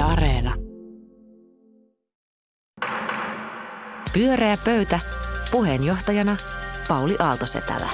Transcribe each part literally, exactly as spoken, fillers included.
Areena. Pyöreä pöytä. Puheenjohtajana Pauli Aaltosetälä.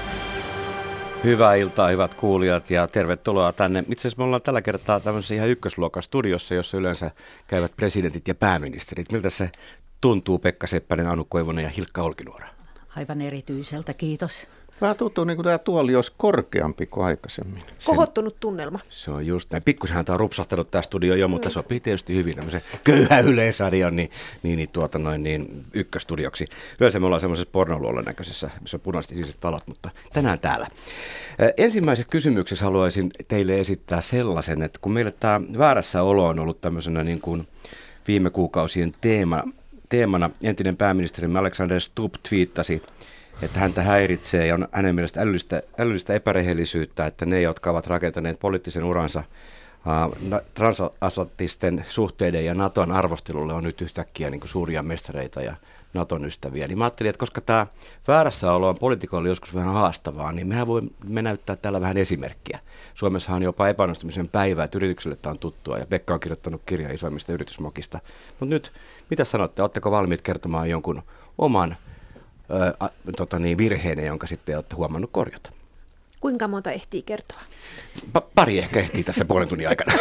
Hyvää iltaa, hyvät kuulijat, ja tervetuloa tänne. Itse asiassa me ollaan tällä kertaa tämmöisessä ihan ykkösluokan studiossa, jossa yleensä käyvät presidentit ja pääministerit. Miltä se tuntuu, Pekka Seppänen, Anu Koivunen ja Hilkka Olkinuora? Aivan erityiseltä, kiitos. Vähän tuntuu niin kuin tämä tuoli olisi korkeampi kuin aikaisemmin. Kohottunut tunnelma. Se on just näin. Pikkusenhan tämä on rupsahtanut tämä studio jo, mutta mm. sopii tietysti hyvin tämmöisen köyhän Yleisradion niin, niin, niin, tuota noin, niin ykköstudioksi. Yleensä me ollaan semmoisessa pornoluolan näköisessä, missä on punaiset siniset valot, mutta tänään täällä. Ensimmäisessä kysymyksessä haluaisin teille esittää sellaisen, että kun meille tämä väärässä olo on ollut tämmöisenä niin kuin viime kuukausien teema, teemana, entinen pääministeri Alexander Stubb twiittasi, että häntä häiritsee ja on hänen mielestä älyllistä, älyllistä epärehellisyyttä, että ne, jotka ovat rakentaneet poliittisen uransa uh, transatlanttisten suhteiden ja Naton arvostelulle, on nyt yhtäkkiä niin kuin suuria mestareita ja Naton ystäviä. Niin mä ajattelin, että koska tämä väärässäolo on poliitikoille joskus vähän haastavaa, niin mehän voimme näyttää täällä vähän esimerkkiä. Suomessahan on jopa epäonnistumisen päivä, että yrityksille tämä on tuttua, ja Pekka on kirjoittanut kirjaa isoimmista yritysmokista. Mutta nyt, mitä sanotte, oletteko valmiit kertomaan jonkun oman Ö, tota niin, virheenä, jonka sitten olette huomannut korjata? Kuinka monta ehtii kertoa? Pa- pari ehkä ehtii tässä puolen tunnin aikana.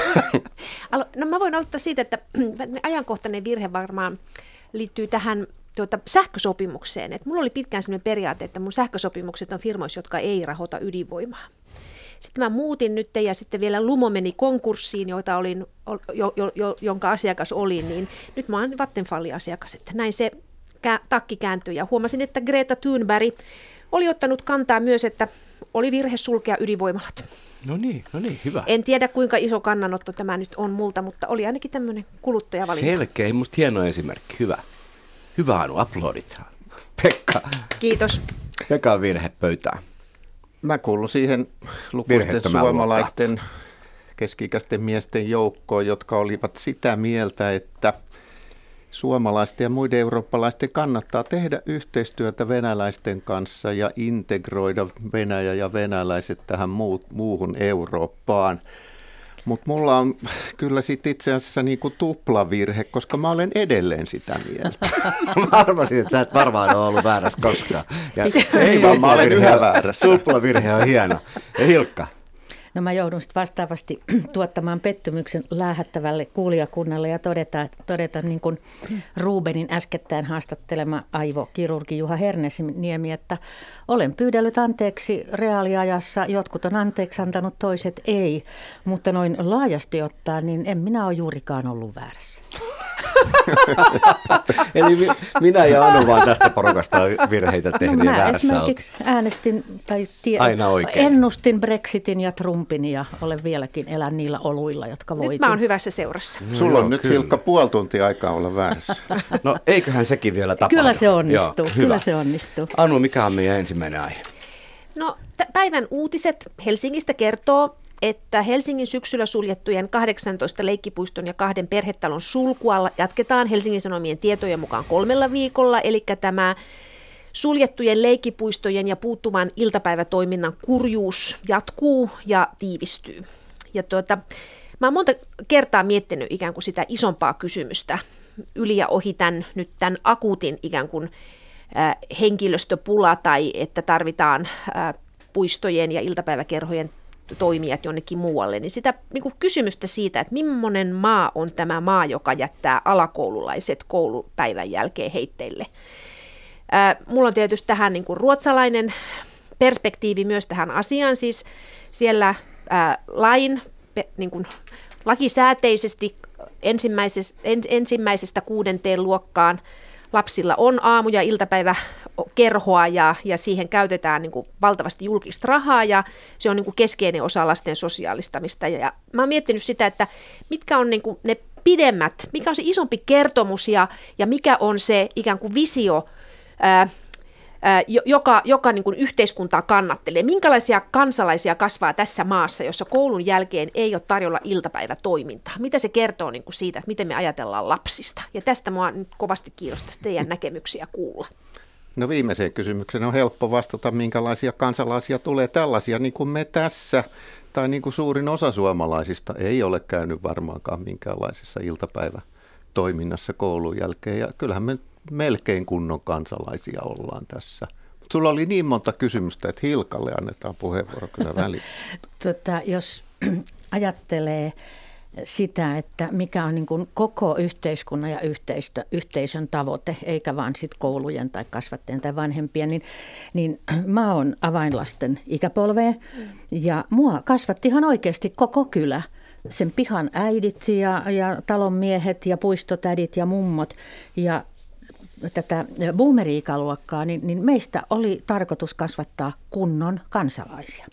No mä voin aloittaa siitä, että ajankohtainen virhe varmaan liittyy tähän tuota, sähkösopimukseen. Et mulla oli pitkään sellainen periaate, että mun sähkösopimukset on firmoissa, jotka ei rahoita ydinvoimaa. Sitten mä muutin nyt ja sitten vielä Lumo meni konkurssiin, jota olin, jo, jo, jo, jonka asiakas olin, niin nyt mä oon Vattenfallin asiakas. Että näin se takki kääntyi ja huomasin, että Greta Thunberg oli ottanut kantaa myös, että oli virhe sulkea ydinvoimalat. No niin, no niin, hyvä. En tiedä, kuinka iso kannanotto tämä nyt on multa, mutta oli ainakin tämmöinen kuluttajavalinta. Selkeä, musta hieno esimerkki. Hyvä. Hyvä, Anu, aplodit. Pekka. Kiitos. Pekka on virhe pöytään. Mä kuulun siihen lukuisten suomalaisten keski-ikäisten miesten joukkoon, jotka olivat sitä mieltä, että suomalaisten ja muiden eurooppalaisten kannattaa tehdä yhteistyötä venäläisten kanssa ja integroida Venäjä ja venäläiset tähän muuhun Eurooppaan. Mutta mulla on kyllä sit itse asiassa niinku tuplavirhe, koska mä olen edelleen sitä mieltä. Mä arvasin, että sä et varmaan ole ollut väärässä koskaan. Ja ei vaan mä olen yhä väärässä. Tuplavirhe on hieno. Ja Hilkka? No mä joudun sitten vastaavasti tuottamaan pettymyksen läähättävälle kuulijakunnalle ja todeta, todeta niin kuin Rubenin äskettäin haastattelema aivokirurgi Juha Hernesniemi, että olen pyydellyt anteeksi reaaliajassa, jotkut on anteeksi antanut, toiset ei, mutta noin laajasti ottaa, niin en minä ole juurikaan ollut väärässä. Eli minä ja Anu vaan tästä porukasta virheitä tehnyt no, ja väärässä esimerkiksi oltu. Äänestin tai tie, ennustin Brexitin ja Trumpin ja olen vieläkin elän niillä oluilla, jotka voitin. Nyt mä oon hyvässä seurassa. No, Sulla on joo, nyt kyllä. Hilkka puoli tuntia aikaa olla väärässä. No eiköhän sekin vielä tapahdu. Kyllä se onnistuu, joo, kyllä se onnistuu. Anu, mikä on meidän ensimmäinen aihe? No t- päivän uutiset Helsingistä kertoo, että Helsingin syksyllä suljettujen kahdeksantoista leikkipuiston ja kahden perhetalon sulkua jatketaan Helsingin Sanomien tietojen mukaan kolmella viikolla, eli tämä suljettujen leikkipuistojen ja puuttuvan iltapäivätoiminnan kurjuus jatkuu ja tiivistyy. Ja tuota, mä oon monta kertaa miettinyt ikään kuin sitä isompaa kysymystä yli ja ohi tämän, nyt tämän akuutin ikään kuin äh, henkilöstöpula tai että tarvitaan äh, puistojen ja iltapäiväkerhojen toimijat jonnekin muualle, niin sitä niin kuin kysymystä siitä, että millainen maa on tämä maa, joka jättää alakoululaiset koulupäivän jälkeen heitteille. Ää, mulla on tietysti tähän niin kuin ruotsalainen perspektiivi myös tähän asiaan, siis siellä ää, lain, pe, niin kuin lakisääteisesti ensimmäisestä, en, ensimmäisestä kuudenteen luokkaan lapsilla on aamu- ja iltapäiväkerhoa ja, ja siihen käytetään niin kuin valtavasti julkista rahaa ja se on niin kuin keskeinen osa lasten sosiaalistamista. Ja, ja mä oon miettinyt sitä, että mitkä on niin kuin ne pidemmät, mikä on se isompi kertomus ja, ja mikä on se ikään kuin visio, ää, ää, joka, joka niin kuin yhteiskuntaa kannattelee. Minkälaisia kansalaisia kasvaa tässä maassa, jossa koulun jälkeen ei ole tarjolla iltapäivätoimintaa? Mitä se kertoo niin kuin siitä, että miten me ajatellaan lapsista? Ja tästä mua nyt kovasti kiinnostaisi teidän näkemyksiä kuulla. No viimeiseen kysymykseen on helppo vastata, minkälaisia kansalaisia tulee tällaisia, niin kuin me tässä tai niin kuin suurin osa suomalaisista ei ole käynyt varmaankaan minkäänlaisessa iltapäivätoiminnassa koulun jälkeen. Ja kyllähän me melkein kunnon kansalaisia ollaan tässä. Mutta sulla oli niin monta kysymystä, että Hilkalle annetaan puheenvuoro kyllä väliin. Tota, jos ajattelee sitä, että mikä on niin kuin koko yhteiskunnan ja yhteistö, yhteisön tavoite, eikä vaan sit koulujen tai kasvattajien tai vanhempien, niin, niin mä oon avainlasten ikäpolvea ja mua kasvatti ihan oikeasti koko kylä. Sen pihan äidit ja, ja talon miehet ja puistotädit ja mummot ja tätä boomeri-ikäluokkaa, niin, niin meistä oli tarkoitus kasvattaa kunnon kansalaisia.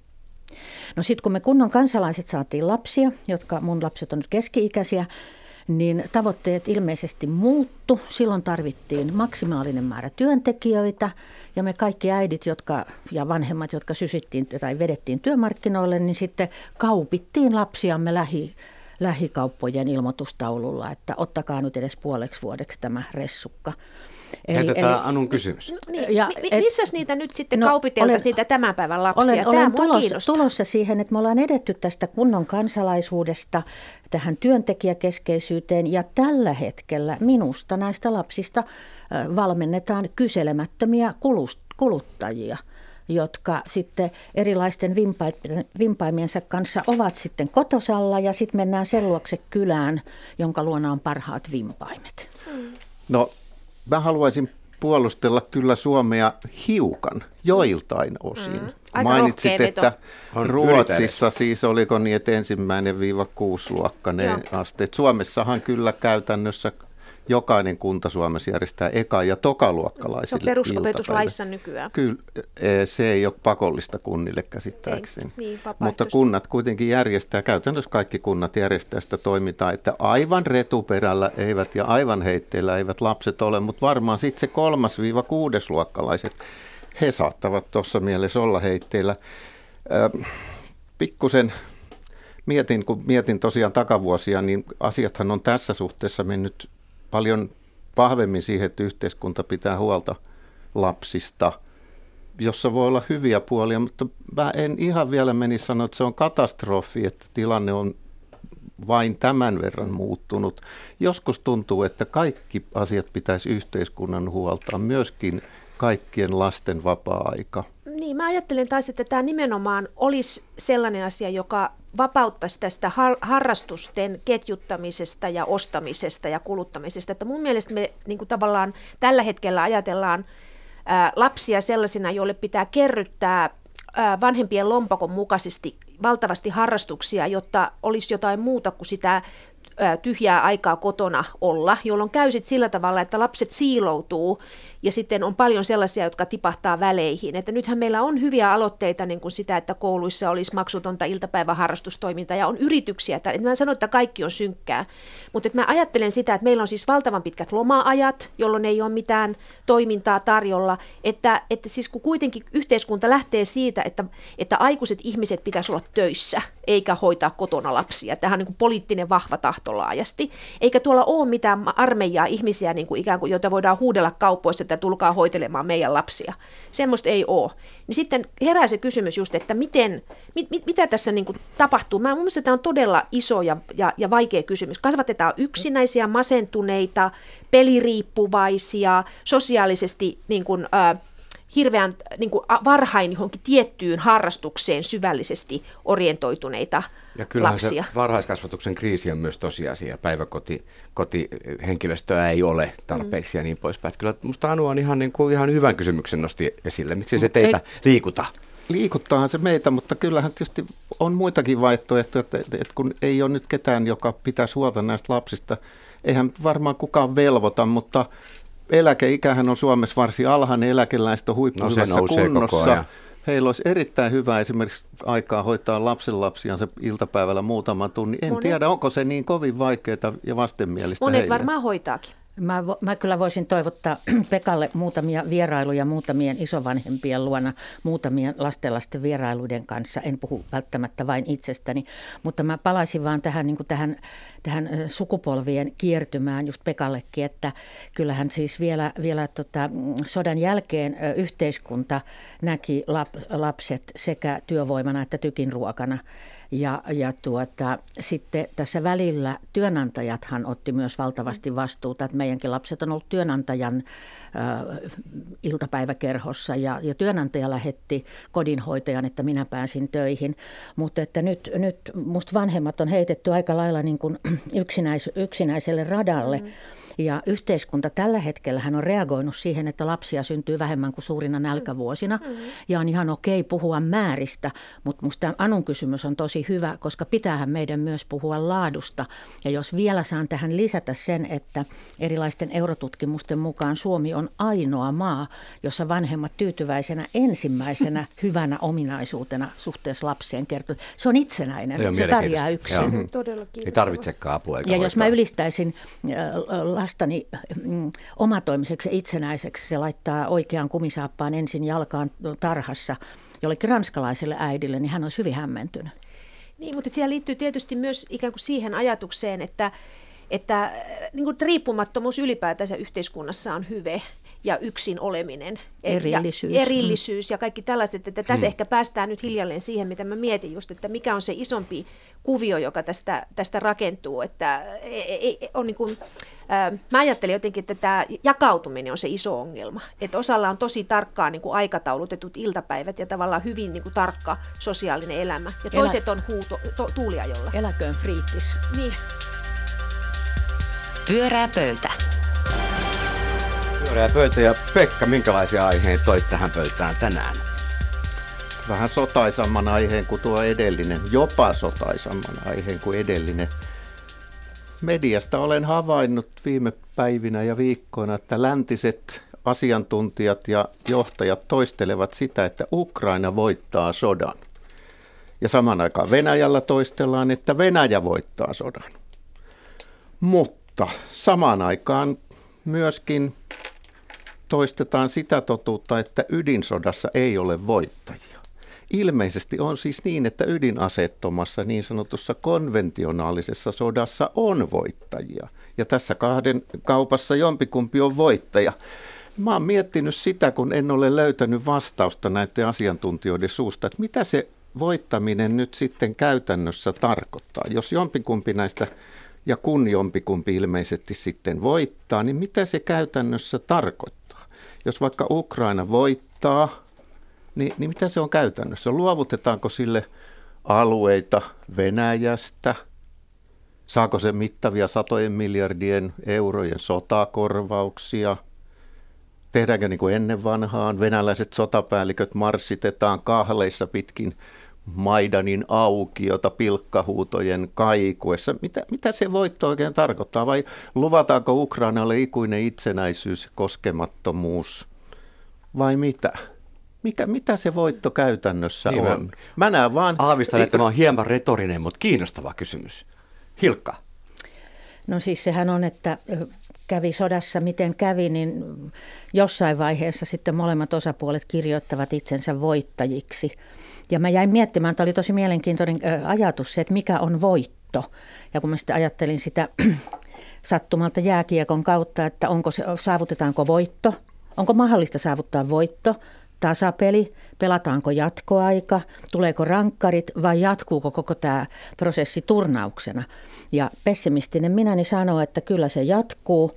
No sitten kun me kunnon kansalaiset saatiin lapsia, jotka mun lapset on nyt keski-ikäisiä, niin tavoitteet ilmeisesti muuttu. Silloin tarvittiin maksimaalinen määrä työntekijöitä ja me kaikki äidit jotka, ja vanhemmat, jotka sysyttiin tai vedettiin työmarkkinoille, niin sitten kaupittiin lapsiamme lähi, lähikauppojen ilmoitustaululla, että ottakaa nyt edes puoleksi vuodeksi tämä ressukka. Jätetään Anun kysymys. No, niin. ja, Mi- missäs niitä nyt sitten no, kaupiteltaisiin niitä tämän päivän lapsia? Olen, Tämä olen tulossa, tulossa siihen, että me ollaan edetty tästä kunnon kansalaisuudesta tähän työntekijäkeskeisyyteen ja tällä hetkellä minusta näistä lapsista valmennetaan kyselemättömiä kuluttajia, jotka sitten erilaisten vimpaimiensa kanssa ovat sitten kotosalla ja sitten mennään sen luokse kylään, jonka luona on parhaat vimpaimet. No. Mä haluaisin puolustella kyllä Suomea hiukan, joiltain osin. Mm, Mainitsit, että Ruotsissa siis oliko niin, että ensimmäinen viiva kuusluokkainen asteet. Suomessahan kyllä käytännössä jokainen kunta Suomessa järjestää eka- ja tokaluokkalaisille. Se on perusopetuslaissa nykyään. Kyllä, se ei ole pakollista kunnille käsittääkseni. Niin, mutta kunnat kuitenkin järjestää, käytännössä kaikki kunnat järjestää sitä toimintaa, että aivan retuperällä eivät ja aivan heitteillä eivät lapset ole, mutta varmaan sitten se kolmas-kuudesluokkalaiset, he saattavat tuossa mielessä olla heitteillä. Pikkusen mietin, kun mietin tosiaan takavuosia, niin asiathan on tässä suhteessa mennyt paljon vahvemmin siihen, että yhteiskunta pitää huolta lapsista, jossa voi olla hyviä puolia, mutta mä en ihan vielä menisi sanoa, että se on katastrofi, että tilanne on vain tämän verran muuttunut. Joskus tuntuu, että kaikki asiat pitäisi yhteiskunnan huoltaa, myöskin kaikkien lasten vapaa-aika. Niin, mä ajattelen taas, että tämä nimenomaan olisi sellainen asia, joka vapauttaisi tästä harrastusten ketjuttamisesta ja ostamisesta ja kuluttamisesta. Että mun mielestä me niin kuin tavallaan tällä hetkellä ajatellaan ää, lapsia sellaisina, joille pitää kerryttää ää, vanhempien lompakon mukaisesti valtavasti harrastuksia, jotta olisi jotain muuta kuin sitä ää, tyhjää aikaa kotona olla, jolloin käy sit sillä tavalla, että lapset siiloutuu ja sitten on paljon sellaisia, jotka tipahtaa väleihin. Että nythän meillä on hyviä aloitteita niin kuin sitä, että kouluissa olisi maksutonta iltapäiväharrastustoimintaa ja on yrityksiä. Että mä en sano, että kaikki on synkkää, mutta että mä ajattelen sitä, että meillä on siis valtavan pitkät loma-ajat, jolloin ei ole mitään toimintaa tarjolla. Että, että siis kun kuitenkin yhteiskunta lähtee siitä, että, että aikuiset ihmiset pitäisi olla töissä, eikä hoitaa kotona lapsia. Tämähän on niin kuin poliittinen vahva tahto laajasti. Eikä tuolla ole mitään armeijaa ihmisiä, niin kuin ikään kuin, joita voidaan huudella kaupoissa, että tulkaa hoitelemaan meidän lapsia. Semmoista ei ole. Niin sitten herää se kysymys just, että miten, mit, mit, mitä tässä niin kuin tapahtuu. Mä, mun mielestä tämä on todella iso ja, ja, ja vaikea kysymys. Kasvatetaan yksinäisiä, masentuneita, peliriippuvaisia, sosiaalisesti niin kuin, äh, hirveän niin kuin varhain johonkin tiettyyn harrastukseen syvällisesti orientoituneita ja kyllähän lapsia. Se varhaiskasvatuksen kriisi on myös tosiasia. Päiväkoti, kotihenkilöstöä ei ole tarpeeksi mm. ja niin poispäin. Kyllä minusta Anu on ihan, niin kuin, ihan hyvän kysymyksen nosti esille. Miksi se teitä ei liikuta? Liikuttaahan se meitä, mutta kyllähän tietysti on muitakin vaihtoehtoja, että, että kun ei ole nyt ketään, joka pitäisi huolta näistä lapsista. Eihän varmaan kukaan velvoita, mutta eläkeikähän on Suomessa varsin alhainen, eläkeläiset on huippuhyvässä no, kunnossa. Heillä olisi erittäin hyvä esimerkiksi aikaa hoitaa lapsenlapsiansa iltapäivällä muutaman tunnin. En Monet. tiedä, onko se niin kovin vaikeaa ja vastenmielistä Monet heille. varmaan hoitaakin. Mä, mä kyllä voisin toivottaa Pekalle muutamia vierailuja muutamien isovanhempien luona, muutamien lastenlasten vierailuiden kanssa. En puhu välttämättä vain itsestäni, mutta mä palaisin vaan tähän, niin kuin tähän, tähän sukupolvien kiertymään just Pekallekin, että kyllähän siis vielä, vielä tota, sodan jälkeen yhteiskunta näki lap, lapset sekä työvoimana että tykinruokana. Ja, ja tuota, sitten tässä välillä työnantajathan otti myös valtavasti vastuuta, että meidänkin lapset on ollut työnantajan äh, iltapäiväkerhossa ja, ja työnantaja lähetti kodinhoitajan, että minä pääsin töihin. Mutta että nyt, nyt musta vanhemmat on heitetty aika lailla niin kuin yksinäis, yksinäiselle radalle. Mm. Ja yhteiskunta tällä hetkellä hän on reagoinut siihen, että lapsia syntyy vähemmän kuin suurina nälkävuosina. Mm-hmm. Ja on ihan okei puhua määristä, mutta musta Anun kysymys on tosi hyvä, koska pitäähän meidän myös puhua laadusta. Ja jos vielä saan tähän lisätä sen, että erilaisten eurotutkimusten mukaan Suomi on ainoa maa, jossa vanhemmat tyytyväisenä ensimmäisenä hyvänä ominaisuutena suhteessa lapseen kertoo. Se on itsenäinen, se, se pärjää yksin. Mm-hmm. Ei tarvitsekaan apua. Ja jos mä ylistäisin lastani mm, omatoimiseksi ja itsenäiseksi, se laittaa oikean kumisaappaan ensin jalkaan tarhassa jollekin ranskalaiselle äidille, niin hän olisi hyvin hämmentynyt. Niin, mutta siellä liittyy tietysti myös ikään kuin siihen ajatukseen, että, että niin kuin riippumattomuus ylipäätänsä yhteiskunnassa on hyve ja yksin oleminen. Erillisyys. Ja erillisyys ja kaikki tällaiset, että tässä hmm. ehkä päästään nyt hiljalleen siihen, mitä mä mietin just, että mikä on se isompi kuvio, joka tästä, tästä rakentuu. Että ei, ei, on niin kuin, ää, mä ajattelin jotenkin, että tämä jakautuminen on se iso ongelma. Että osalla on tosi tarkkaan niin kuin aikataulutetut iltapäivät ja tavallaan hyvin niin kuin tarkka sosiaalinen elämä. Ja toiset Elä... on huuto, to, tuuliajolla. Eläköön friittis. Niin. Pyörää pöytä. Pyörää pöytä ja Pekka, minkälaisia aiheita toit tähän pöytään tänään? Vähän sotaisamman aiheen kuin tuo edellinen, jopa sotaisamman aiheen kuin edellinen. Mediasta olen havainnut viime päivinä ja viikkoina, että läntiset asiantuntijat ja johtajat toistelevat sitä, että Ukraina voittaa sodan. Ja saman aikaan Venäjällä toistellaan, että Venäjä voittaa sodan. Mutta samaan aikaan myöskin toistetaan sitä totuutta, että ydinsodassa ei ole voittajia. Ilmeisesti on siis niin, että ydinaseettomassa niin sanotussa konventionaalisessa sodassa on voittajia. Ja tässä kahden kaupassa jompikumpi on voittaja. Mä oon miettinyt sitä, kun en ole löytänyt vastausta näiden asiantuntijoiden suusta, että mitä se voittaminen nyt sitten käytännössä tarkoittaa. Jos jompikumpi näistä, ja kun jompikumpi ilmeisesti sitten voittaa, niin mitä se käytännössä tarkoittaa? Jos vaikka Ukraina voittaa, Niin, niin mitä se on käytännössä? Luovutetaanko sille alueita Venäjästä? Saako se mittavia satojen miljardien eurojen sotakorvauksia? Tehdäänkö niin kuin ennen vanhaan? Venäläiset sotapäälliköt marssitetaan kahleissa pitkin Maidanin aukiota pilkkahuutojen kaikuessa. Mitä, mitä se voitto oikein tarkoittaa? Vai luvataanko Ukrainalle ikuinen itsenäisyys, koskemattomuus? Vai mitä? Mikä, mitä se voitto käytännössä niin on? Mä, mä näen vaan... Aavistan, että tämä on hieman retorinen, mutta kiinnostava kysymys. Hilkka. No siis sehän on, että kävi sodassa miten kävi, niin jossain vaiheessa sitten molemmat osapuolet kirjoittavat itsensä voittajiksi. Ja mä jäin miettimään, tämä oli tosi mielenkiintoinen ajatus se, että mikä on voitto. Ja kun mä sitten ajattelin sitä sattumalta jääkiekon kautta, että onko se, saavutetaanko voitto, onko mahdollista saavuttaa voitto, tasapeli, pelataanko jatkoaika, tuleeko rankkarit vai jatkuuko koko tämä prosessi turnauksena. Ja pessimistinen minäni sanoo, että kyllä se jatkuu.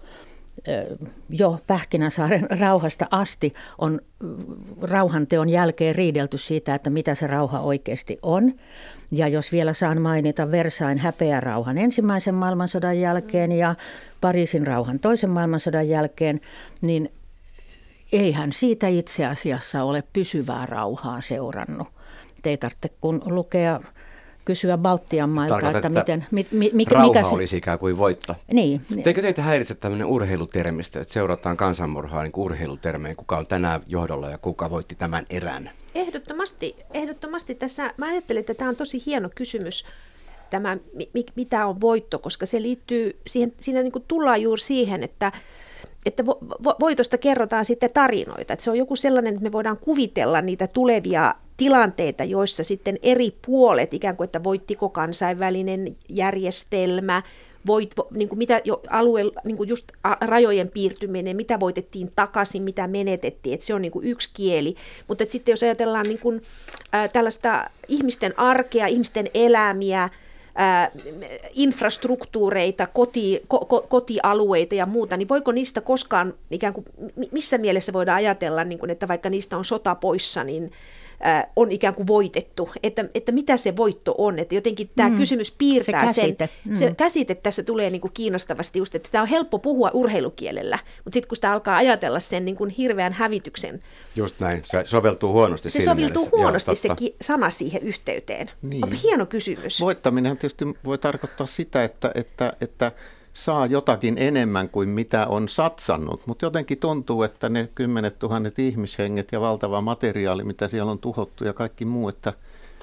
Jo Pähkinänsaaren rauhasta asti on rauhanteon jälkeen riidelty siitä, että mitä se rauha oikeasti on. Ja jos vielä saan mainita Versain häpeärauhan ensimmäisen maailmansodan jälkeen ja Pariisin rauhan toisen maailmansodan jälkeen, niin eihän siitä itse asiassa ole pysyvää rauhaa seurannut. Te ei tarvitse kun lukea, kysyä Baltian mailta, että, että miten, mi, mikä, rauha mikä se... olisi ikään kuin voitto. Niin. Eikö teitä häiritse tämmöinen urheilutermistö, että seurataan kansanmurhaa niin urheilutermeen, kuka on tänään johdolla ja kuka voitti tämän erän? Ehdottomasti, ehdottomasti tässä, mä ajattelin, että tämä on tosi hieno kysymys, tämä mi, mitä on voitto, koska se liittyy, siihen, siinä niin kuin tullaan juuri siihen, että että vo, vo, voitosta kerrotaan sitten tarinoita. Että se on joku sellainen, että me voidaan kuvitella niitä tulevia tilanteita, joissa sitten eri puolet, ikään kuin että voittiko kansainvälinen järjestelmä, voit, niin kuin mitä jo alueella, niin kuin just rajojen piirtyminen, mitä voitettiin takaisin, mitä menetettiin, että se on niin kuin yksi kieli. Mutta sitten jos ajatellaan niin kuin, ää, tällaista ihmisten arkea, ihmisten elämiä, ää, infrastruktuureita, koti, ko, ko, kotialueita ja muuta, niin voiko niistä koskaan, ikään kuin, missä mielessä voidaan ajatella, niin kuin, että vaikka niistä on sota poissa, niin on ikään kuin voitettu, että, että mitä se voitto on, että jotenkin tämä mm. kysymys piirtää se käsite. sen, mm. se käsite tässä tulee niin kuin kiinnostavasti just, että tämä on helppo puhua urheilukielellä, mutta sitten kun sitä alkaa ajatella sen niin kuin hirveän hävityksen. Just näin, se soveltuu huonosti Se siinä soveltuu mielessä. huonosti Joo, se ki- sana siihen yhteyteen. Niin. On hieno kysymys. Voittaminen tietysti voi tarkoittaa sitä, että, että, että saa jotakin enemmän kuin mitä on satsannut, mutta jotenkin tuntuu, että ne kymmenet tuhannet ihmishenget ja valtava materiaali, mitä siellä on tuhottu ja kaikki muu, että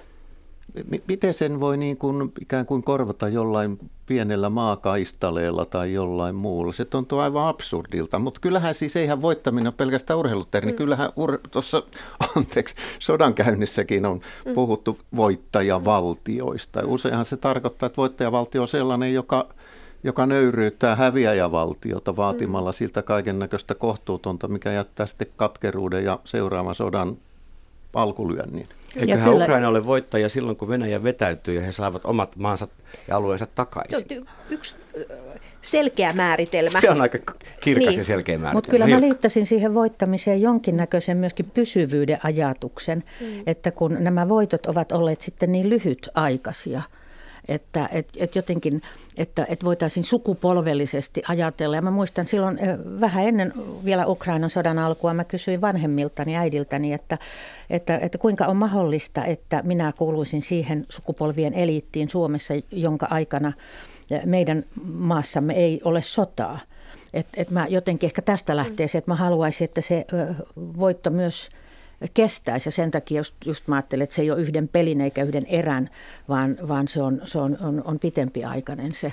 m- miten sen voi niin kuin ikään kuin korvata jollain pienellä maakaistaleella tai jollain muulla. Se tuntuu aivan absurdilta, mutta kyllähän siis eihän voittaminen ole pelkästään urheilutermi. Mm. Kyllähän ur- tuossa, anteeksi, sodankäynnissäkin on mm. puhuttu voittajavaltioista. Useinhan se tarkoittaa, että voittajavaltio on sellainen, joka joka nöyryyttää häviäjävaltiota vaatimalla siltä kaiken näköistä kohtuutonta, mikä jättää sitten katkeruuden ja seuraavan sodan alkulyönnin. Eiköhän Ukraina ole voittaja silloin, kun Venäjä vetäytyy ja he saavat omat maansa ja alueensa takaisin. Se on yksi selkeä määritelmä. Se on aika kirkas niin. ja selkeä määritelmä. Mutta kyllä mä liittäisin siihen voittamiseen jonkinnäköisen myöskin pysyvyyden ajatuksen, mm. että kun nämä voitot ovat olleet sitten niin lyhytaikaisia, että et, et jotenkin, että et voitaisiin sukupolvellisesti ajatella. Ja mä muistan silloin vähän ennen vielä Ukrainan sodan alkua, mä kysyin vanhemmiltani, äidiltäni, että, että, että kuinka on mahdollista, että minä kuuluisin siihen sukupolvien eliittiin Suomessa, jonka aikana meidän maassamme ei ole sotaa. Että et mä jotenkin ehkä tästä lähtee se, että mä haluaisin, että se voitto myös kestäisi, ja sen takia just, just mä ajattelen, että se ei ole yhden pelin eikä yhden erän, vaan, vaan se, on, se on, on, on pitempiaikainen se.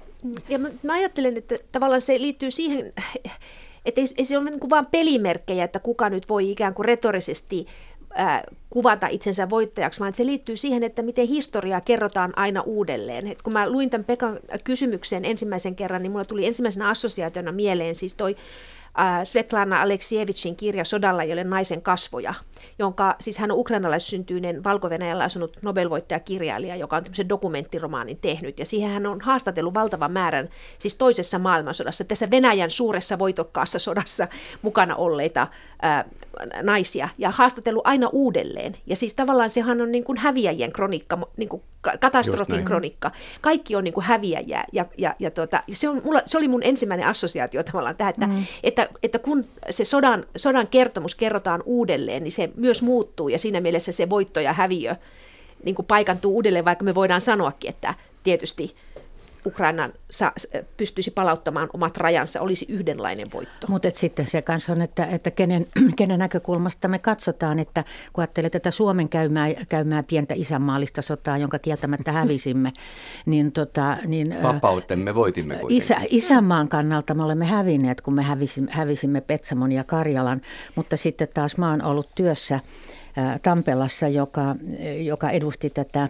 Ja mä, mä ajattelen, että tavallaan se liittyy siihen, että ei, ei se ole niin kuin vaan pelimerkkejä, että kuka nyt voi ikään kuin retorisesti äh, kuvata itsensä voittajaksi, vaan se liittyy siihen, että miten historiaa kerrotaan aina uudelleen. Et kun mä luin tämän Pekan kysymyksen ensimmäisen kerran, niin mulla tuli ensimmäisenä assosiaationa mieleen siis toi Svetlana Aleksijevitsin kirja Sodalla ei ole naisen kasvoja, jonka, siis hän on ukrainalaissyntyinen Valko-Venäjällä asunut Nobel-voittajakirjailija, joka on tämmöisen dokumenttiromaanin tehnyt, ja siihen hän on haastatellut valtavan määrän, siis toisessa maailmansodassa, tässä Venäjän suuressa voitokkaassa sodassa mukana olleita ää, naisia, ja haastatellut aina uudelleen, ja siis tavallaan sehän on niin kuin häviäjien kronikka, niin kuin katastrofin kronikka, kaikki on niin kuin häviäjiä, ja, ja, ja, tuota, ja se, on, mulla, se oli mun ensimmäinen assosiaatio tavallaan tähän, että, mm. että, että kun se sodan, sodan kertomus kerrotaan uudelleen, niin se myös muuttuu, ja siinä mielessä se voitto ja häviö niin kuin paikantuu uudelleen, vaikka me voidaan sanoakin, että tietysti Ukrainan sa- pystyisi palauttamaan omat rajansa, olisi yhdenlainen voitto. Mutta sitten se kanssa on, että, että kenen, kenen näkökulmasta me katsotaan, että kun ajattelee tätä Suomen käymää, käymää pientä isänmaallista sotaa, jonka kieltämättä hävisimme, niin... Tota, niin vapautemme voitimme kuitenkin. Isä, isänmaan kannalta me olemme hävinneet, kun me hävisimme, hävisimme Petsamon ja Karjalan, mutta sitten taas mä oon ollut työssä ää, Tampelassa, joka, joka edusti tätä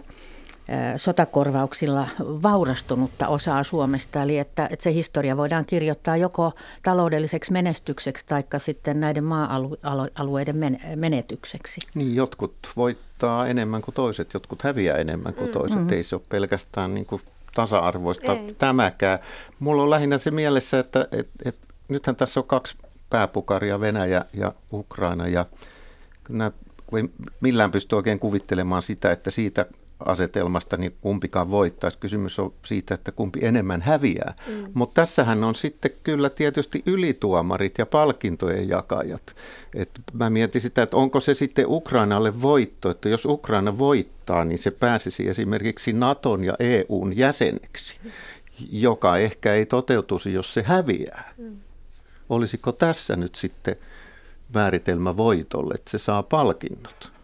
sotakorvauksilla vaurastunutta osaa Suomesta, eli että, että se historia voidaan kirjoittaa joko taloudelliseksi menestykseksi tai sitten näiden maa-alueiden menetykseksi. Niin, jotkut voittaa enemmän kuin toiset, jotkut häviää enemmän kuin toiset. Mm-hmm. Ei se ole pelkästään niin kuin tasa-arvoista Ei. tämäkään. Mulla on lähinnä se mielessä, että et, et, nythän tässä on kaksi pääpukaria, Venäjä ja Ukraina, ja nämä, kun ei millään pysty oikein kuvittelemaan sitä, että siitä asetelmasta niin kumpikaan voittaisi. Kysymys on siitä, että kumpi enemmän häviää. Mm. Mutta tässähän on sitten kyllä tietysti ylituomarit ja palkintojen jakajat. Et mä mietin sitä, että onko se sitten Ukrainalle voitto, että jos Ukraina voittaa, niin se pääsisi esimerkiksi Naton ja E U:n jäseneksi, joka ehkä ei toteutuisi, jos se häviää. Mm. Olisiko tässä nyt sitten määritelmä voitolle, että se saa palkinnot?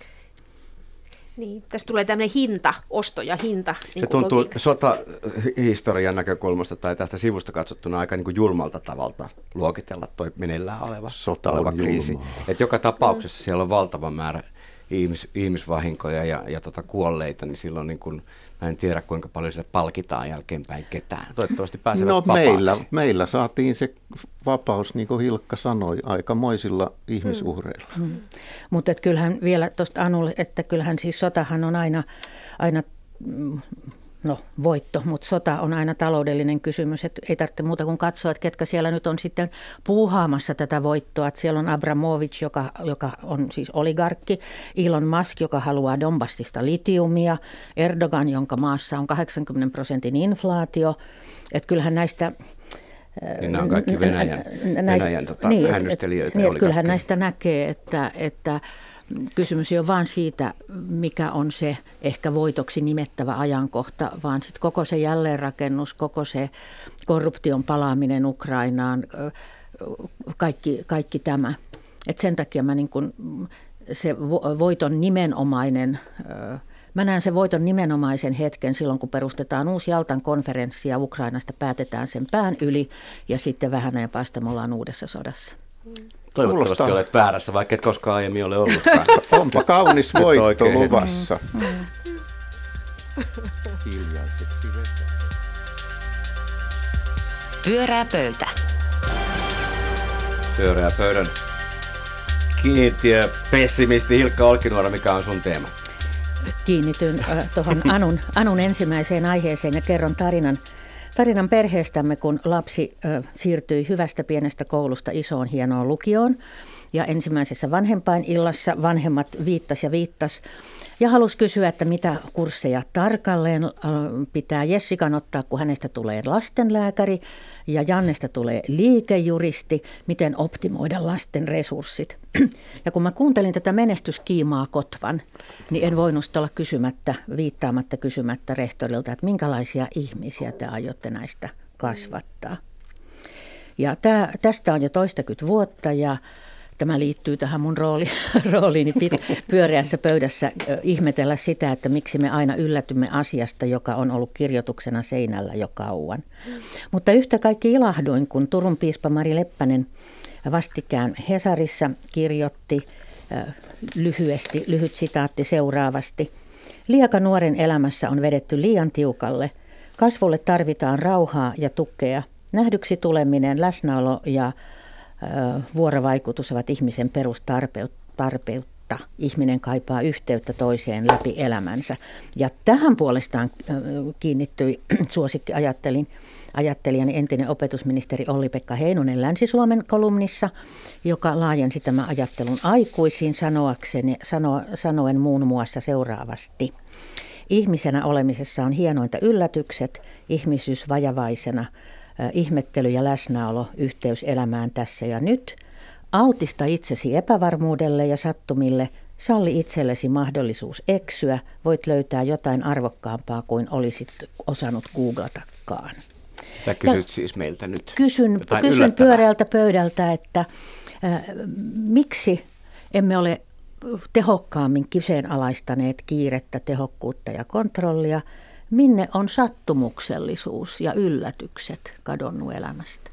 Niin, tässä tulee tämmöinen hinta, osto ja hinta. Niin se tuntuu logiikka. Sotahistorian näkökulmasta tai tästä sivusta katsottuna aika niin kuin julmalta tavalta luokitella toi meneillään oleva, Sota oleva on kriisi. Et joka tapauksessa mm. siellä on valtava määrä ihmis, ihmisvahinkoja ja, ja tota kuolleita, niin silloin niin kun, mä en tiedä kuinka paljon sille palkitaan jälkeenpäin ketään. Toivottavasti pääsevät no, vapaaksi. Meillä, meillä saatiin se vapaus, niin kuin Hilkka sanoi, aikamoisilla ihmisuhreilla. Hmm. Hmm. Mutta kyllähän vielä tuosta Anulle, että kyllähän siis sotahan on aina, aina no voitto, mutta sota on aina taloudellinen kysymys, että ei tarvitse muuta kuin katsoa, että ketkä siellä nyt on sitten puuhaamassa tätä voittoa. Että siellä on Abramovich, joka, joka on siis oligarkki, Elon Musk, joka haluaa Donbastista litiumia, Erdogan, jonka maassa on kahdeksankymmentä prosentin inflaatio. Että kyllähän näistä... Niin nämä on kaikki Venäjän, näistä, Venäjän tota, niin, hännystelijöitä. Niin, kyllähän näistä näkee, että... että kysymys ei ole vaan siitä, mikä on se ehkä voitoksi nimettävä ajankohta, vaan sitten koko se jälleenrakennus, koko se korruption palaaminen Ukrainaan, kaikki, kaikki tämä. Et sen takia mä niin kun se voiton nimenomainen, mä näen sen voiton nimenomaisen hetken silloin, kun perustetaan uusi Jaltan konferenssi ja Ukrainasta päätetään sen pään yli ja sitten vähän ajan päästä me ollaan uudessa sodassa. Toivottavasti Kuulostaa. Olet väärässä, vaikka et koskaan aiemmin ole ollutkaan. Onpa kaunis voitto luvassa. Hiljaiseksi vetää. Pyörää pöytä. Pyörää pöydän kiintiö pessimisti Hilkka Olkinuora, mikä on sun teema? Kiinnityn äh, tuohon Anun, Anun ensimmäiseen aiheeseen ja kerron tarinan. Tarinan perheestämme, kun lapsi ö, siirtyi hyvästä pienestä koulusta isoon hienoon lukioon. Ja ensimmäisessä vanhempainillassa vanhemmat viittas ja viittas ja halusi kysyä, että mitä kursseja tarkalleen ö, pitää Jessikan ottaa, kun hänestä tulee lastenlääkäri ja Jannesta tulee liikejuristi, miten optimoida lasten resurssit. Ja kun mä kuuntelin tätä menestyskiimaa Kotvan, niin en voinut olla kysymättä, viittaamatta kysymättä rehtorilta, että minkälaisia ihmisiä te aiotte näistä kasvattaa. Ja tää, tästä on jo toistakymmentä vuotta ja tämä liittyy tähän mun rooli, rooliini pit, pyöreässä pöydässä ihmetellä sitä, että miksi me aina yllätymme asiasta, joka on ollut kirjoituksena seinällä jo kauan. Mutta yhtä kaikki ilahduin, kun Turun piispa Mari Leppänen vastikään Hesarissa kirjoitti lyhyesti, lyhyt sitaatti seuraavasti. Lieka nuoren elämässä on vedetty liian tiukalle. Kasvulle tarvitaan rauhaa ja tukea. Nähdyksi tuleminen, läsnäolo ja vuorovaikutus ovat ihmisen perustarpeutta. Ihminen kaipaa yhteyttä toiseen läpi elämänsä. Ja tähän puolestaan kiinnittyi suosikkiajattelin ajattelijani entinen opetusministeri Olli-Pekka Heinonen Länsi-Suomen kolumnissa, joka laajensi tämän ajattelun aikuisiin sanoakseni, sano, sanoen muun muassa seuraavasti. Ihmisenä olemisessa on hienointa yllätykset, ihmisyys vajavaisena, ihmettely ja läsnäolo, yhteys elämään tässä ja nyt. Altista itsesi epävarmuudelle ja sattumille, salli itsellesi mahdollisuus eksyä, voit löytää jotain arvokkaampaa kuin olisit osannut googlatakaan. Sä kysyt ja siis meiltä nyt Kysyn, kysyn pyöreältä pöydältä, että äh, miksi emme ole tehokkaammin kyseenalaistaneet kiirettä, tehokkuutta ja kontrollia. Minne on sattumuksellisuus ja yllätykset kadonnut elämästä?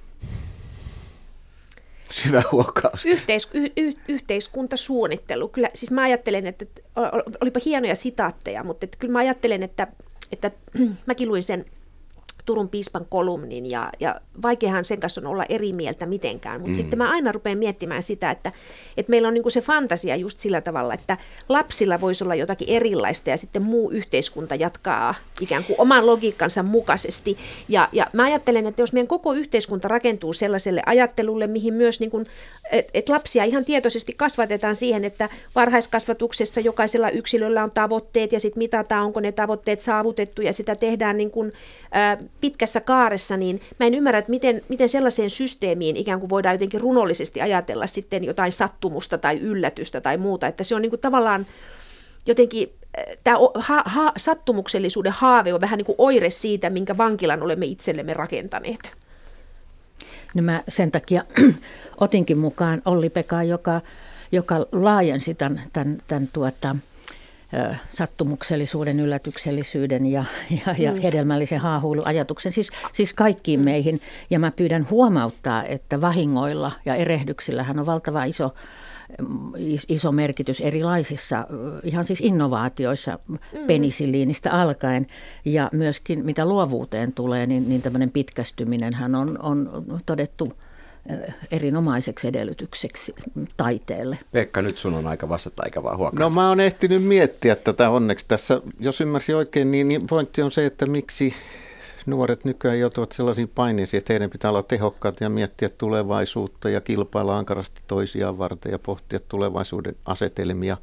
Syvä huokaus. Yhteis, y, y, yhteiskuntasuunnittelu. Kyllä, siis mä ajattelen, että olipa hienoja sitaatteja, mutta että kyllä mä ajattelen, että, että mäkin luin sen Turun piispan kolumnin ja, ja vaikeahan sen kanssa on olla eri mieltä mitenkään, mutta mm. sitten mä aina rupean miettimään sitä, että, että meillä on niinku se fantasia just sillä tavalla, että lapsilla voisi olla jotakin erilaista ja sitten muu yhteiskunta jatkaa ikään kuin oman logiikkansa mukaisesti. Ja, ja mä ajattelen, että jos meidän koko yhteiskunta rakentuu sellaiselle ajattelulle, mihin myös niinku, että et lapsia ihan tietoisesti kasvatetaan siihen, että varhaiskasvatuksessa jokaisella yksilöllä on tavoitteet ja sitten mitataan, onko ne tavoitteet saavutettu ja sitä tehdään niin kuin, ää, pitkässä kaaressa, niin mä en ymmärrä, että miten, miten sellaiseen systeemiin ikään kuin voidaan jotenkin runollisesti ajatella sitten jotain sattumusta tai yllätystä tai muuta, että se on niin kuin tavallaan jotenkin, tämä ha, ha, sattumuksellisuuden haave on vähän niin kuin oire siitä, minkä vankilan olemme itsellemme rakentaneet. No mä sen takia otinkin mukaan Olli-Pekaa, joka, joka laajensi tämän, tämän, tämän tuota, sattumuksellisuuden, yllätyksellisyyden ja, ja, ja hedelmällisen haahuiluajatuksen, siis, siis kaikkiin mm. meihin. Ja mä pyydän huomauttaa, että vahingoilla ja erehdyksillähän on valtava iso iso merkitys erilaisissa ihan siis innovaatioissa mm. penisilliinistä alkaen ja myöskin mitä luovuuteen tulee, niin, niin tämmöinen pitkästyminenhän on, on todettu erinomaiseksi edellytykseksi taiteelle. Pekka, nyt sun on aika vastata eikä vaan huokaa. No mä oon ehtinyt miettiä tätä onneksi tässä. Jos ymmärsin oikein, niin, niin pointti on se, että miksi nuoret nykyään joutuvat sellaisiin paineisiin, että heidän pitää olla tehokkaat ja miettiä tulevaisuutta ja kilpailla ankarasti toisiaan varten ja pohtia tulevaisuuden asetelmia.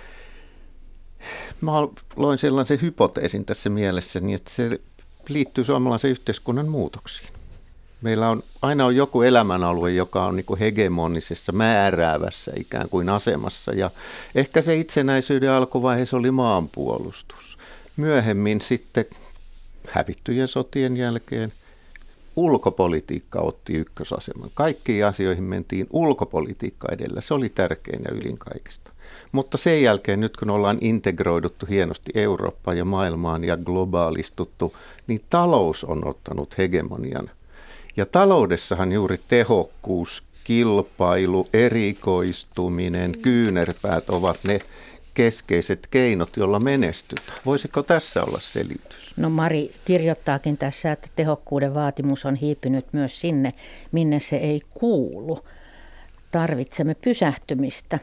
Mä loin sellaisen hypoteesin tässä mielessä, niin että se liittyy suomalaisen yhteiskunnan muutoksiin. Meillä on aina on joku elämänalue, joka on niin kuin hegemonisessa, määräävässä ikään kuin asemassa. Ja ehkä se itsenäisyyden alkuvaiheessa oli maanpuolustus. Myöhemmin sitten hävittyjen sotien jälkeen ulkopolitiikka otti ykkösaseman. Kaikkiin asioihin mentiin ulkopolitiikka edellä. Se oli tärkein ja ylin kaikesta. Mutta sen jälkeen, nyt kun ollaan integroiduttu hienosti Eurooppaan ja maailmaan ja globaalistuttu, niin talous on ottanut hegemonian. Ja taloudessahan juuri tehokkuus, kilpailu, erikoistuminen, kyynärpäät ovat ne keskeiset keinot, joilla menestytään. Voisiko tässä olla selitys? No Mari kirjoittaakin tässä, että tehokkuuden vaatimus on hiipinyt myös sinne, minne se ei kuulu. Tarvitsemme pysähtymistä,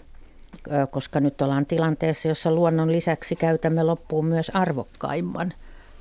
koska nyt ollaan tilanteessa, jossa luonnon lisäksi käytämme loppuun myös arvokkaimman,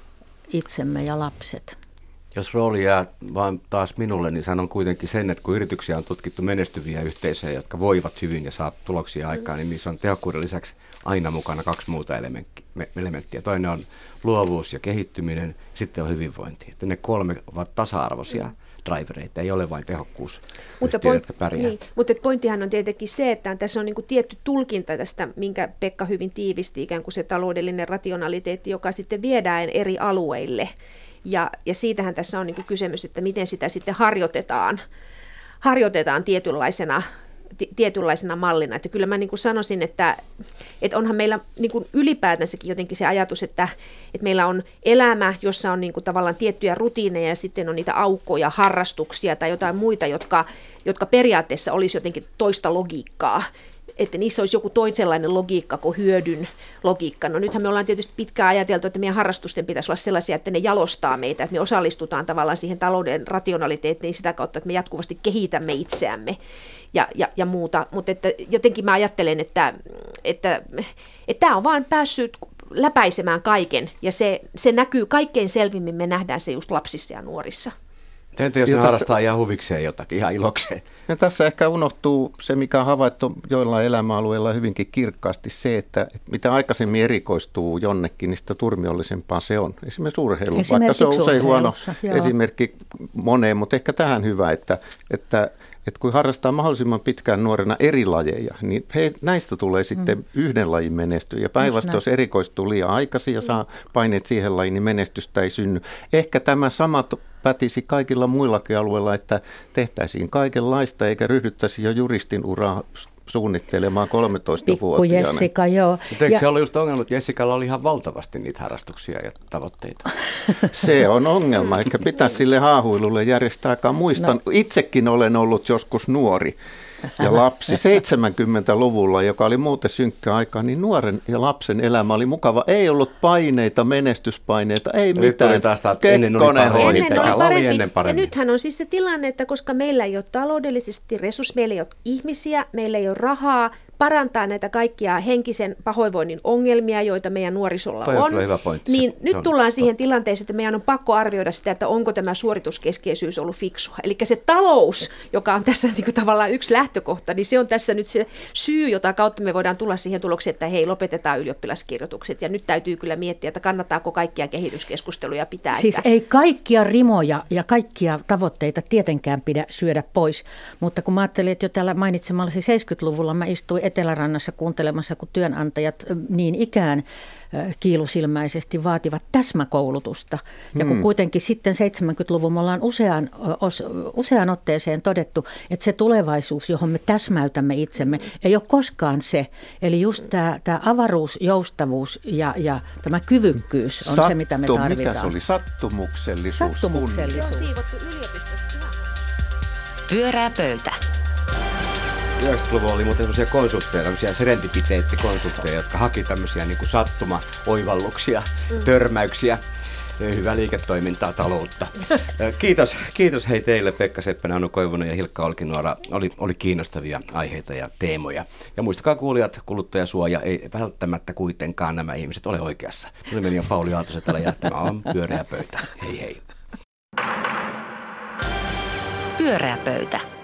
itsemme ja lapset. Jos rooli jää vaan taas minulle, niin sanon kuitenkin sen, että kun yrityksiä on tutkittu menestyviä yhteisöjä, jotka voivat hyvin ja saa tuloksia aikaan, niin niissä on tehokkuuden lisäksi aina mukana kaksi muuta elementtiä. Toinen on luovuus ja kehittyminen, sitten on hyvinvointi. Että ne kolme ovat tasa-arvoisia drivereita, ei ole vain tehokkuus, mutta yhtiö, point, jotka pärjää. Niin, mutta pointtihan on tietenkin se, että tässä on niin kuin tietty tulkinta tästä, minkä Pekka hyvin tiivisti, ikään kuin se taloudellinen rationaliteetti, joka sitten viedään eri alueille. Ja, ja siitähän tässä on niin kuin kysymys, että miten sitä sitten harjoitetaan, harjoitetaan tietynlaisena, t- tietynlaisena mallina. Että kyllä mä niin kuin sanoisin, että, että onhan meillä niin kuin ylipäätänsäkin jotenkin se ajatus, että, että meillä on elämä, jossa on niin kuin tavallaan tiettyjä rutiineja ja sitten on niitä aukkoja, harrastuksia tai jotain muita, jotka, jotka periaatteessa olisi jotenkin toista logiikkaa. Että niissä olisi joku toisenlainen logiikka kuin hyödyn logiikka. No nythän me ollaan tietysti pitkään ajateltu, että meidän harrastusten pitäisi olla sellaisia, että ne jalostaa meitä, että me osallistutaan tavallaan siihen talouden rationaliteettiin sitä kautta, että me jatkuvasti kehitämme itseämme ja, ja, ja muuta. Mutta että jotenkin mä ajattelen, että, että, että tämä on vaan päässyt läpäisemään kaiken ja se, se näkyy kaikkein selvimmin, me nähdään se just lapsissa ja nuorissa. Entä jos ne tässä harrastaa ihan huvikseen jotakin, ihan ilokseen? Ja tässä ehkä unohtuu se, mikä on havaittu joillain elämäalueilla hyvinkin kirkkaasti se, että mitä aikaisemmin erikoistuu jonnekin, niin sitä turmiollisempaa se on. Esimerkiksi urheilu, vaikka se on usein huono joo. esimerkki moneen, mutta ehkä tähän hyvä, että, että, että kun harrastaa mahdollisimman pitkään nuorena eri lajeja, niin he, näistä tulee sitten mm. yhden lajin menestyä. Ja päinvastoin, jos erikoistuu liian aikaisin ja saa paineet siihen lajiin, niin menestystä ei synny. Ehkä tämä sama pätisi kaikilla muillakin alueilla, että tehtäisiin kaikenlaista eikä ryhdyttäisi jo juristin uraa suunnittelemaan kolmetoistavuotiaana. Pikku Jessica, joo. Mutta eikö ja se ollut just ongelma, että Jessicalla oli ihan valtavasti niitä harrastuksia ja tavoitteita? Se on ongelma, eikä pitäisi sille haahuilulle järjestää aikaa. Muistan, no. itsekin olen ollut joskus nuori ja lapsi seitsemänkymmentäluvulla, joka oli muuten synkkä aikaa, niin nuoren ja lapsen elämä oli mukava. Ei ollut paineita, menestyspaineita, ei nyt mitään. Taas, ennen oli parempi. Ennen oli parempi. Ennen parempi. Ja nythän on siis se tilanne, että koska meillä ei ole taloudellisesti resursseja, meillä ei ole ihmisiä, meillä ei ole rahaa parantaa näitä kaikkia henkisen pahoinvoinnin ongelmia, joita meidän nuorisolla Toi on, on hyvä pointti. niin se, nyt se tullaan on, siihen tilanteeseen, että meidän on pakko arvioida sitä, että onko tämä suorituskeskeisyys ollut fiksua. Eli se talous, joka on tässä niin kuin tavallaan yksi lähtökohta, niin se on tässä nyt se syy, jota kautta me voidaan tulla siihen tulokseen, että hei, lopetetaan ylioppilaskirjoitukset. Ja nyt täytyy kyllä miettiä, että kannattaako kaikkia kehityskeskusteluja pitää. Siis että ei kaikkia rimoja ja kaikkia tavoitteita tietenkään pidä syödä pois, mutta kun mä ajattelin, että jo täällä mainitsemallasi seitsemänkymmentäluvulla mä istuin Etelärannassa kuuntelemassa, kun työnantajat niin ikään kiilusilmäisesti vaativat täsmäkoulutusta. Ja kun hmm. kuitenkin sitten seitsemänkymmentäluvun me ollaan useaan, os, useaan otteeseen todettu, että se tulevaisuus, johon me täsmäytämme itsemme, ei ole koskaan se. Eli just tämä, tämä avaruus, joustavuus ja, ja tämä kyvykkyys on Sattu, se, mitä me tarvitaan. Mitä se oli? Sattumuksellisuus. Sattumuksellisuus. Se on siivottu yliopistosta. Pyörää pöytä. yhdeksänkymmentäluvulla oli muuten sellaisia konsultteja, tämmöisiä serendipiteettikonsultteja, jotka haki tämmöisiä niin kuin sattuma-oivalluksia, mm. törmäyksiä, hyvää liiketoimintaa, taloutta. Kiitos, kiitos hei teille, Pekka Seppänen, Anu Koivunen ja Hilkka Olkinuora. Oli, oli kiinnostavia aiheita ja teemoja. Ja muistakaa kuulijat, kuluttajasuoja ei välttämättä kuitenkaan nämä ihmiset ole oikeassa. Nimeni on Pauli Aalto-Setälä ja tämä on Pyöreä pöytä. Hei hei. Pyöreä pöytä.